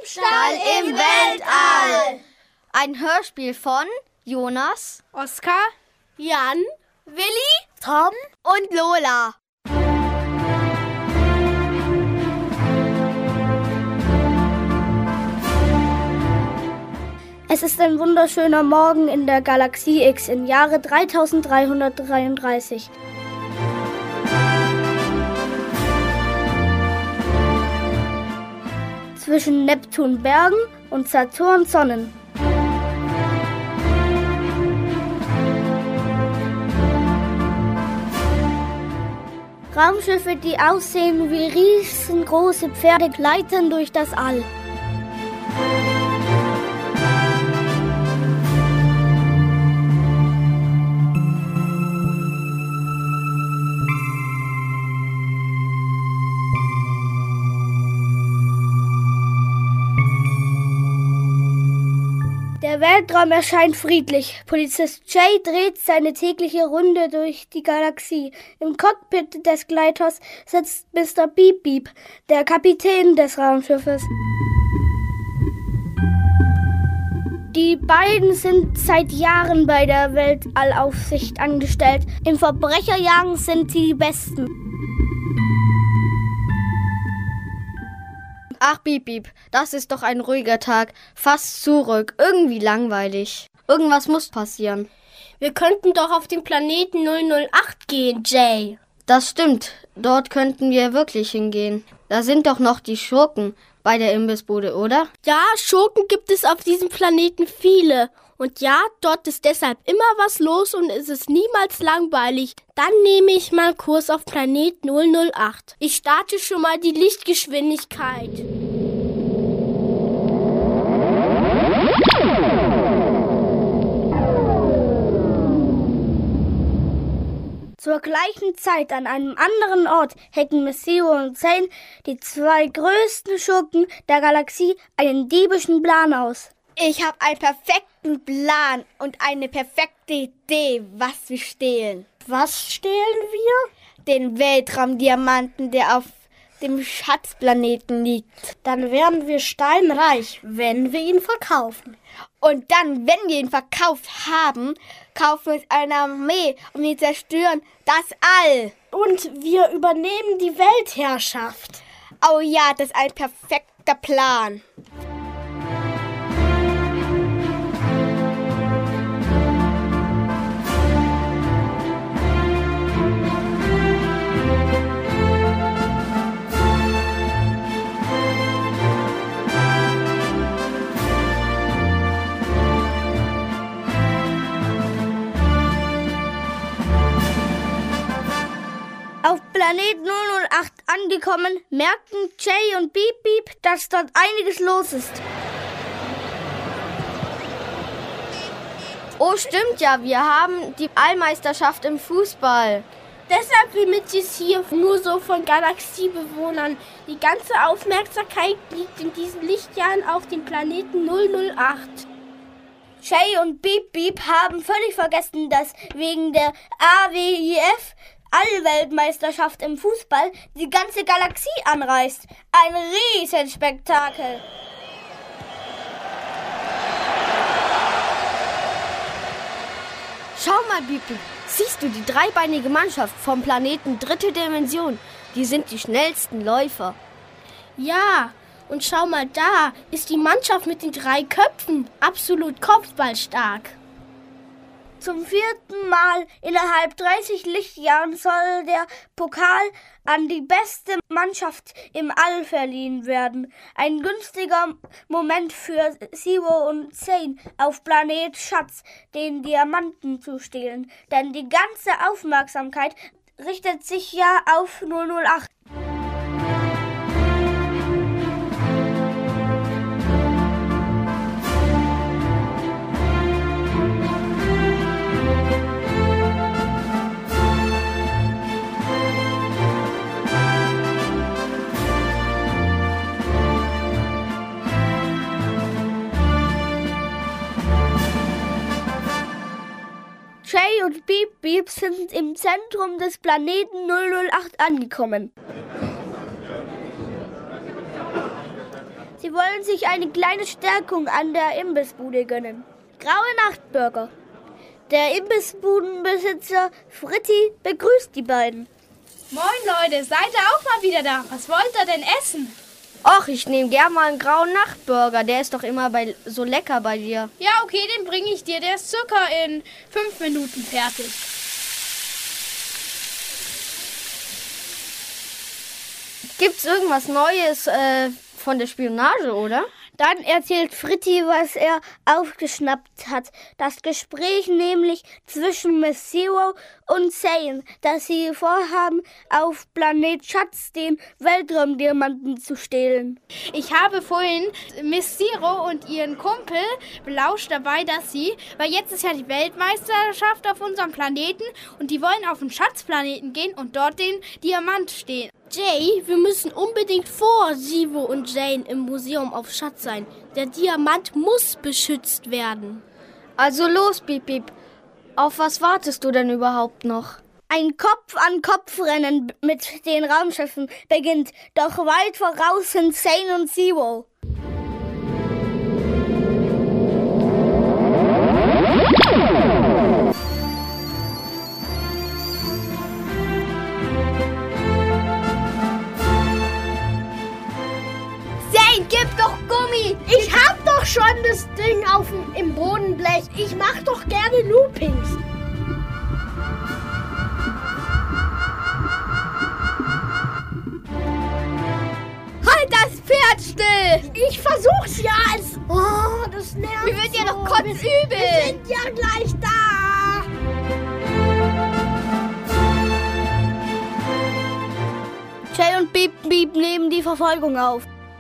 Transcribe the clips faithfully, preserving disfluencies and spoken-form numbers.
Diebstahl im Weltall. Ein Hörspiel von Jonas, Oskar, Jan, Willi, Tom und Lola. Es ist ein wunderschöner Morgen in der Galaxie X im Jahre dreitausenddreihundertdreiunddreißig. Zwischen Neptun Bergen und Saturn Sonnen. Raumschiffe, die aussehen wie riesengroße Pferde, gleiten durch das All. Der Weltraum erscheint friedlich. Polizist Jay dreht seine tägliche Runde durch die Galaxie. Im Cockpit des Gleiters sitzt Mister Beep Beep, der Kapitän des Raumschiffes. Die beiden sind seit Jahren bei der Weltallaufsicht angestellt. Im Verbrecherjagen sind sie die Besten. Ach, Beep Beep, das ist doch ein ruhiger Tag. Fast zurück, irgendwie langweilig. Irgendwas muss passieren. Wir könnten doch auf den Planeten null null acht gehen, Jay. Das stimmt, dort könnten wir wirklich hingehen. Da sind doch noch die Schurken bei der Imbissbude, oder? Ja, Schurken gibt es auf diesem Planeten viele. Und ja, dort ist deshalb immer was los und es ist niemals langweilig. Dann nehme ich mal Kurs auf Planet null null acht. Ich starte schon mal die Lichtgeschwindigkeit. Zur gleichen Zeit an einem anderen Ort hacken Miss Zero und Zane, die zwei größten Schurken der Galaxie, einen diebischen Plan aus. Ich habe einen perfekten Plan und eine perfekte Idee, was wir stehlen. Was stehlen wir? Den Weltraumdiamanten, der auf dem Schatzplaneten liegt. Dann werden wir steinreich, wenn wir ihn verkaufen. Und dann, wenn wir ihn verkauft haben, kaufen wir uns eine Armee und wir zerstören das All. Und wir übernehmen die Weltherrschaft. Oh ja, das ist ein perfekter Plan. Auf Planet null null acht angekommen, merkten Jay und Beep Beep, dass dort einiges los ist. Oh, stimmt ja, wir haben die Allmeisterschaft im Fußball. Deshalb widmet es hier nur so von Galaxiebewohnern. Die ganze Aufmerksamkeit liegt in diesen Lichtjahren auf dem Planeten null null acht. Jay und Beep Beep haben völlig vergessen, dass wegen der A W I F Allweltmeisterschaft im Fußball die ganze Galaxie anreist. Ein Riesenspektakel. Schau mal, Beep Beep, siehst du die dreibeinige Mannschaft vom Planeten Dritte Dimension? Die sind die schnellsten Läufer. Ja, und schau mal, da ist die Mannschaft mit den drei Köpfen absolut kopfballstark. Zum vierten Mal innerhalb dreißig Lichtjahren soll der Pokal an die beste Mannschaft im All verliehen werden. Ein günstiger Moment für Zero und Zane auf Planet Schatz, den Diamanten zu stehlen. Denn die ganze Aufmerksamkeit richtet sich ja auf null null acht. Jay und Beep Beep sind im Zentrum des Planeten null null acht angekommen. Sie wollen sich eine kleine Stärkung an der Imbissbude gönnen. Graue Nachtburger. Der Imbissbudenbesitzer Fritti begrüßt die beiden. Moin Leute, seid ihr auch mal wieder da? Was wollt ihr denn essen? Och, ich nehme gern mal einen grauen Nachtburger. Der ist doch immer bei, so lecker bei dir. Ja, okay, den bringe ich dir. Der ist circa in fünf Minuten fertig. Gibt's irgendwas Neues äh, von der Spionage, oder? Dann erzählt Fritti, was er aufgeschnappt hat. Das Gespräch nämlich zwischen Miss Zero und Zane, dass sie vorhaben, auf Planet Schatz den Weltraumdiamanten zu stehlen. Ich habe vorhin Miss Zero und ihren Kumpel belauscht dabei, dass sie, weil jetzt ist ja die Weltmeisterschaft auf unserem Planeten und die wollen auf den Schatzplaneten gehen und dort den Diamant stehlen. Jay, wir müssen unbedingt vor Sivo und Jane im Museum auf Schatz sein. Der Diamant muss beschützt werden. Also los, Bip Bip. Auf was wartest du denn überhaupt noch? Ein Kopf-an-Kopf-Rennen mit den Raumschiffen beginnt, doch weit voraus sind Zane und Zero. Gib doch Gummi! Ich hab doch schon das Ding auf dem, im Bodenblech. Ich mach doch gerne Loopings. Halt das Pferd still! Ich versuch's ja. Als oh, das nervt. Mir wird ja so. noch kotzübel. Wir sind ja gleich da. Jay und Bip Bip nehmen die Verfolgung auf.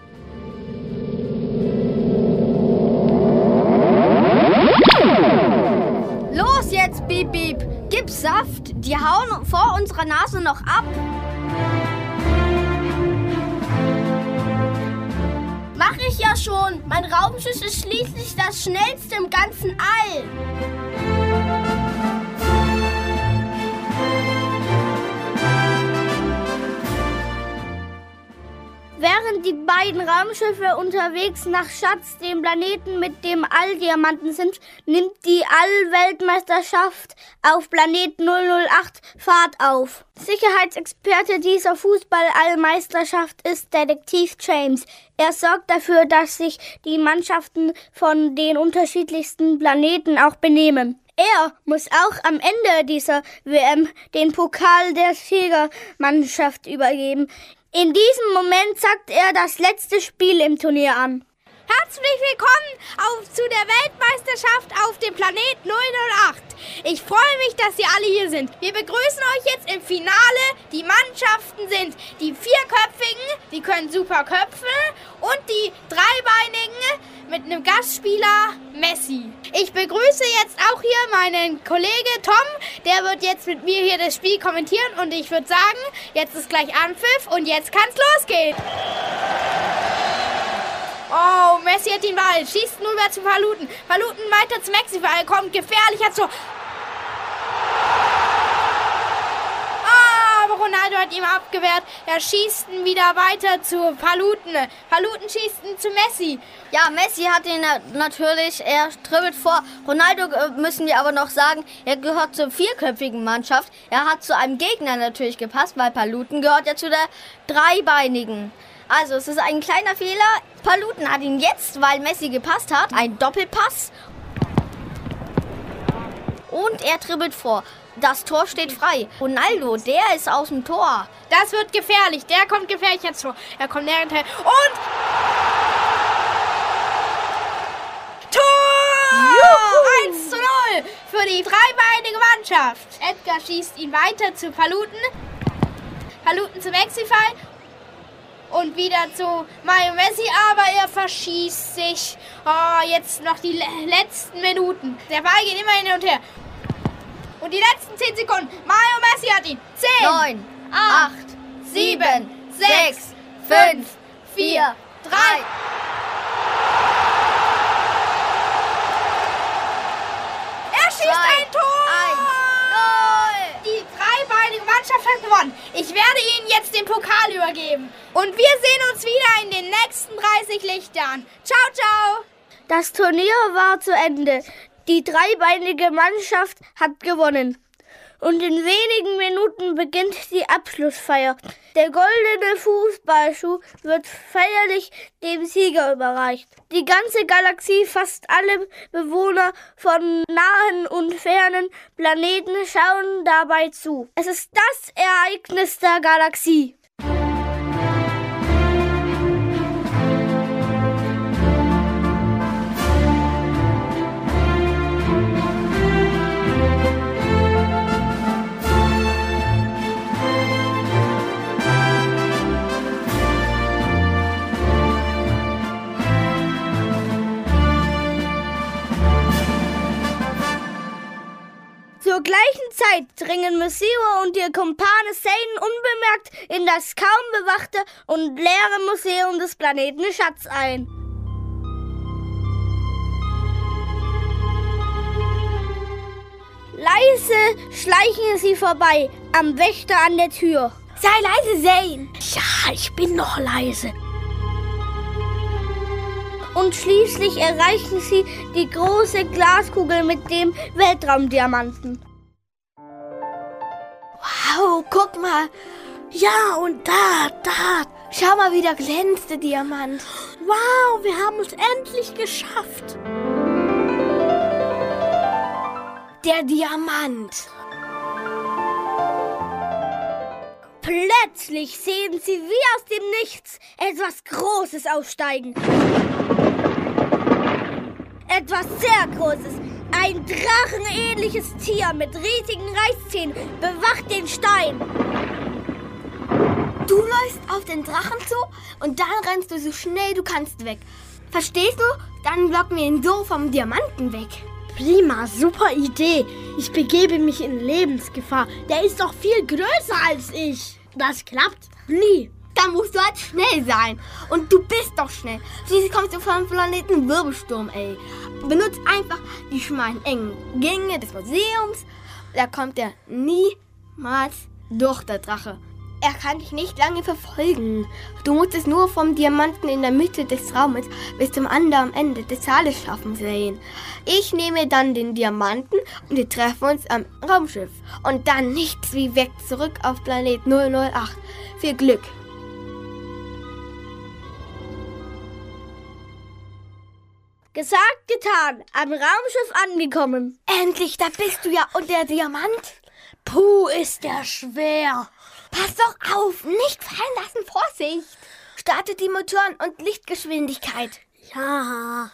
Los jetzt, Bip Bip. Gib Saft. Die hauen vor unserer Nase noch ab. Mach ich ja schon. Mein Raumschiff ist schließlich das schnellste im ganzen All. Während die beiden Raumschiffe unterwegs nach Schatz, dem Planeten mit dem Alldiamanten sind, nimmt die Allweltmeisterschaft auf Planet null null acht Fahrt auf. Sicherheitsexperte dieser Fußball-Allmeisterschaft ist Detektiv James. Er sorgt dafür, dass sich die Mannschaften von den unterschiedlichsten Planeten auch benehmen. Er muss auch am Ende dieser W M den Pokal der Siegermannschaft übergeben. In diesem Moment sagt er das letzte Spiel im Turnier an. Herzlich willkommen auf, zu der Weltmeisterschaft auf dem Planet null null acht. Ich freue mich, dass ihr alle hier sind. Wir begrüßen euch jetzt im Finale. Die Mannschaften sind die vierköpfigen, die können super köpfen, und die dreibeinigen mit einem Gastspieler Messi. Ich begrüße jetzt auch hier meinen Kollege Tom. Der wird jetzt mit mir hier das Spiel kommentieren und ich würde sagen, jetzt ist gleich Anpfiff und jetzt kann's losgehen. Oh, Messi hat den Ball. Schießt rüber zu Paluten. Paluten weiter zu Maxify. Kommt gefährlicher zu... Ah, aber Ronaldo hat ihm abgewehrt. Er schießt ihn wieder weiter zu Paluten. Paluten schießt ihn zu Messi. Ja, Messi hat ihn natürlich, er dribbelt vor. Ronaldo müssen wir aber noch sagen, er gehört zur vierköpfigen Mannschaft. Er hat zu einem Gegner natürlich gepasst, weil Paluten gehört ja zu der dreibeinigen. Also es ist ein kleiner Fehler. Paluten hat ihn jetzt, weil Messi gepasst hat, ein Doppelpass. Und er dribbelt vor. Das Tor steht frei. Ronaldo, der ist aus dem Tor. Das wird gefährlich. Der kommt gefährlich jetzt vor. Er kommt näher hinterher. Und... Tor! eins zu null für die dreibeinige Mannschaft. Edgar schießt ihn weiter zu Paluten. Paluten zu Maxify. Und wieder zu Mario Messi, aber er verschießt sich. Oh, jetzt noch die le- letzten Minuten. Der Ball geht immer hin und her. Und die letzten zehn Sekunden. Mario Messi hat ihn. zehn, neun, acht, sieben, sechs, fünf, vier, drei. Er schießt zwei, ein Tor. eins, null. Die dreibeinige Mannschaft hat gewonnen. Ich werde Ihnen jetzt den Pokal übergeben. Und wir sehen uns wieder in den nächsten dreißig Lichtjahren. Ciao, ciao. Das Turnier war zu Ende. Die dreibeinige Mannschaft hat gewonnen. Und in wenigen Minuten beginnt die Abschlussfeier. Der goldene Fußballschuh wird feierlich dem Sieger überreicht. Die ganze Galaxie, fast alle Bewohner von nahen und fernen Planeten schauen dabei zu. Es ist das Ereignis der Galaxie. Zur gleichen Zeit dringen Messiwa und ihr Kumpane Zane unbemerkt in das kaum bewachte und leere Museum des Planeten Schatz ein. Leise schleichen sie vorbei, am Wächter an der Tür. Sei leise, Zane. Ja, ich bin noch leise. Und schließlich erreichen sie die große Glaskugel mit dem Weltraumdiamanten. Wow, guck mal. Ja, und da, da. Schau mal, wie der glänzt, der Diamant. Wow, wir haben es endlich geschafft. Der Diamant. Plötzlich sehen sie wie aus dem Nichts etwas Großes aufsteigen. Etwas sehr Großes. Ein drachenähnliches Tier mit riesigen Reißzähnen bewacht den Stein. Du läufst auf den Drachen zu und dann rennst du so schnell du kannst weg. Verstehst du? Dann blocken wir ihn so vom Diamanten weg. Prima, super Idee. Ich begebe mich in Lebensgefahr. Der ist doch viel größer als ich. Das klappt nie. Dann musst du halt schnell sein. Und du bist doch schnell. Schließlich kommst du vom Planeten Wirbelsturm, ey. Benutzt einfach die schmalen, engen Gänge des Museums. Da kommt er niemals durch, der Drache. Er kann dich nicht lange verfolgen. Du musst es nur vom Diamanten in der Mitte des Raumes bis zum anderen Ende des Saales schaffen sehen. Ich nehme dann den Diamanten und wir treffen uns am Raumschiff. Und dann nichts wie weg zurück auf Planet null null acht. Viel Glück! Gesagt, getan. Am Raumschiff angekommen. Endlich, da bist du ja. Und der Diamant? Puh, ist der schwer. Pass doch auf, nicht fallen lassen, Vorsicht. Startet die Motoren und Lichtgeschwindigkeit. Ja.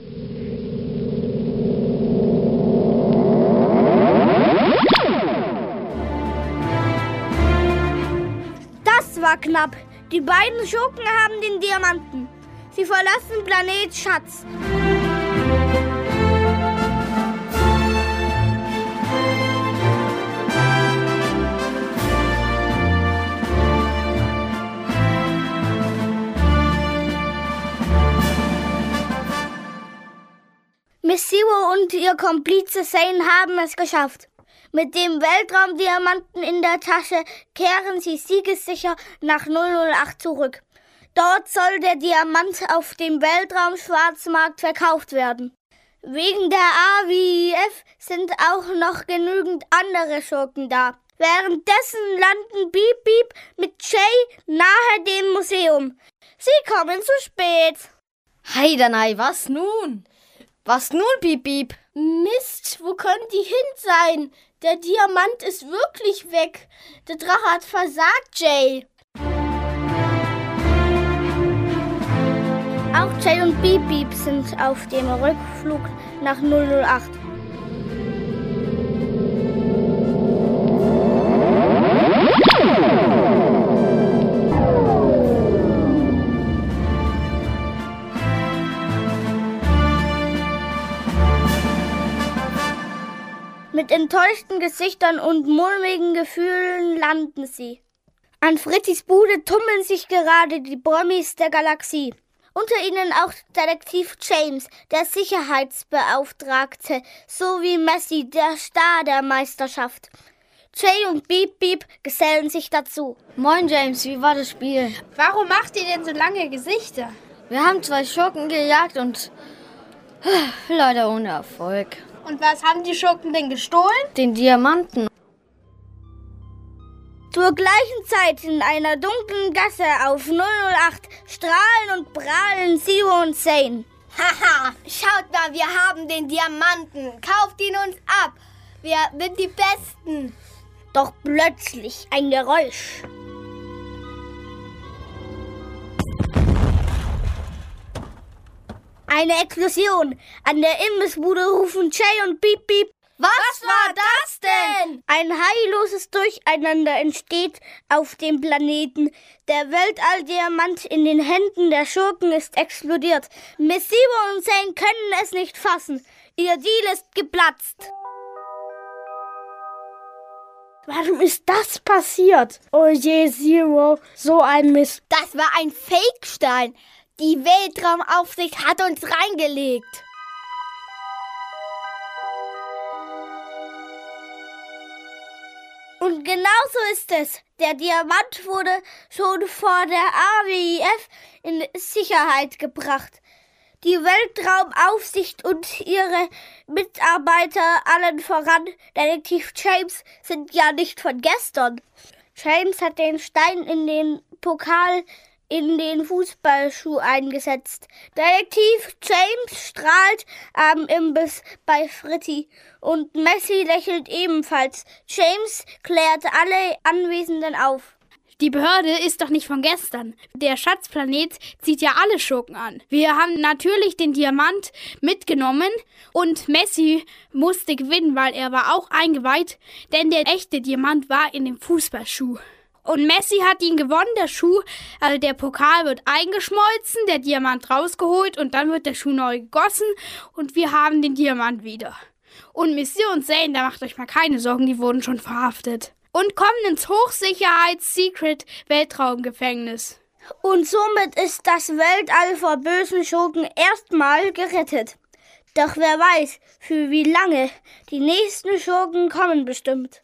Das war knapp. Die beiden Schurken haben den Diamanten. Sie verlassen Planet Schatz. Messiwa und ihr Komplize Zane haben es geschafft. Mit dem Weltraumdiamanten in der Tasche kehren sie siegessicher nach null null acht zurück. Dort soll der Diamant auf dem Weltraumschwarzmarkt verkauft werden. Wegen der A W I F sind auch noch genügend andere Schurken da. Währenddessen landen Beep Beep mit Jay nahe dem Museum. Sie kommen zu spät. Heidanei, was nun? Was nun, Beep Beep? Mist, wo können die hin sein? Der Diamant ist wirklich weg. Der Drache hat versagt, Jay. Auch Jay und Beep Beep sind auf dem Rückflug nach null null acht. Mit enttäuschten Gesichtern und mulmigen Gefühlen landen sie. An Fritzis Bude tummeln sich gerade die Promis der Galaxie. Unter ihnen auch Detektiv James, der Sicherheitsbeauftragte, sowie Messi, der Star der Meisterschaft. Jay und Beep Beep gesellen sich dazu. Moin James, wie war das Spiel? Warum macht ihr denn so lange Gesichter? Wir haben zwei Schurken gejagt und leider ohne Erfolg. Und was haben die Schurken denn gestohlen? Den Diamanten. Zur gleichen Zeit in einer dunklen Gasse auf null null acht strahlen und prahlen Zero und Zane. Haha, schaut mal, wir haben den Diamanten. Kauft ihn uns ab. Wir sind die Besten. Doch plötzlich ein Geräusch. Eine Explosion. An der Imbissbude rufen Jay und Beep Beep. Was war das denn? Ein heilloses Durcheinander entsteht auf dem Planeten. Der Weltalldiamant in den Händen der Schurken ist explodiert. Miss Zero und Zane können es nicht fassen. Ihr Deal ist geplatzt. Warum ist das passiert? Oh je, Zero, so ein Mist. Das war ein Fake-Stein. Die Weltraumaufsicht hat uns reingelegt. Und genau so ist es. Der Diamant wurde schon vor der A W I F in Sicherheit gebracht. Die Weltraumaufsicht und ihre Mitarbeiter, allen voran Detektiv James, sind ja nicht von gestern. James hat den Stein in den Pokal in den Fußballschuh eingesetzt. Detektiv James strahlt am Imbiss bei Fritti und Messi lächelt ebenfalls. James klärt alle Anwesenden auf. Die Behörde ist doch nicht von gestern. Der Schatzplanet zieht ja alle Schurken an. Wir haben natürlich den Diamant mitgenommen und Messi musste gewinnen, weil er war auch eingeweiht, denn der echte Diamant war in dem Fußballschuh. Und Messi hat ihn gewonnen, der Schuh, also der Pokal wird eingeschmolzen, der Diamant rausgeholt und dann wird der Schuh neu gegossen und wir haben den Diamant wieder. Und Monsieur und Zane, da macht euch mal keine Sorgen, die wurden schon verhaftet. Und kommen ins Hochsicherheits-Secret-Weltraumgefängnis. Und somit ist das Weltall vor bösen Schurken erstmal gerettet. Doch wer weiß, für wie lange. Die nächsten Schurken kommen bestimmt.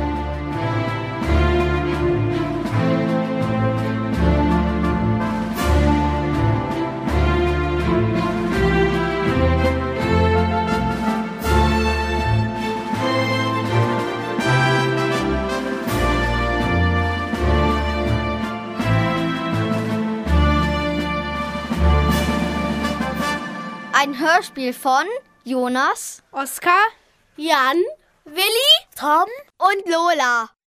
Ein Hörspiel von Jonas, Oskar, Jan, Willi, Tom und Lola.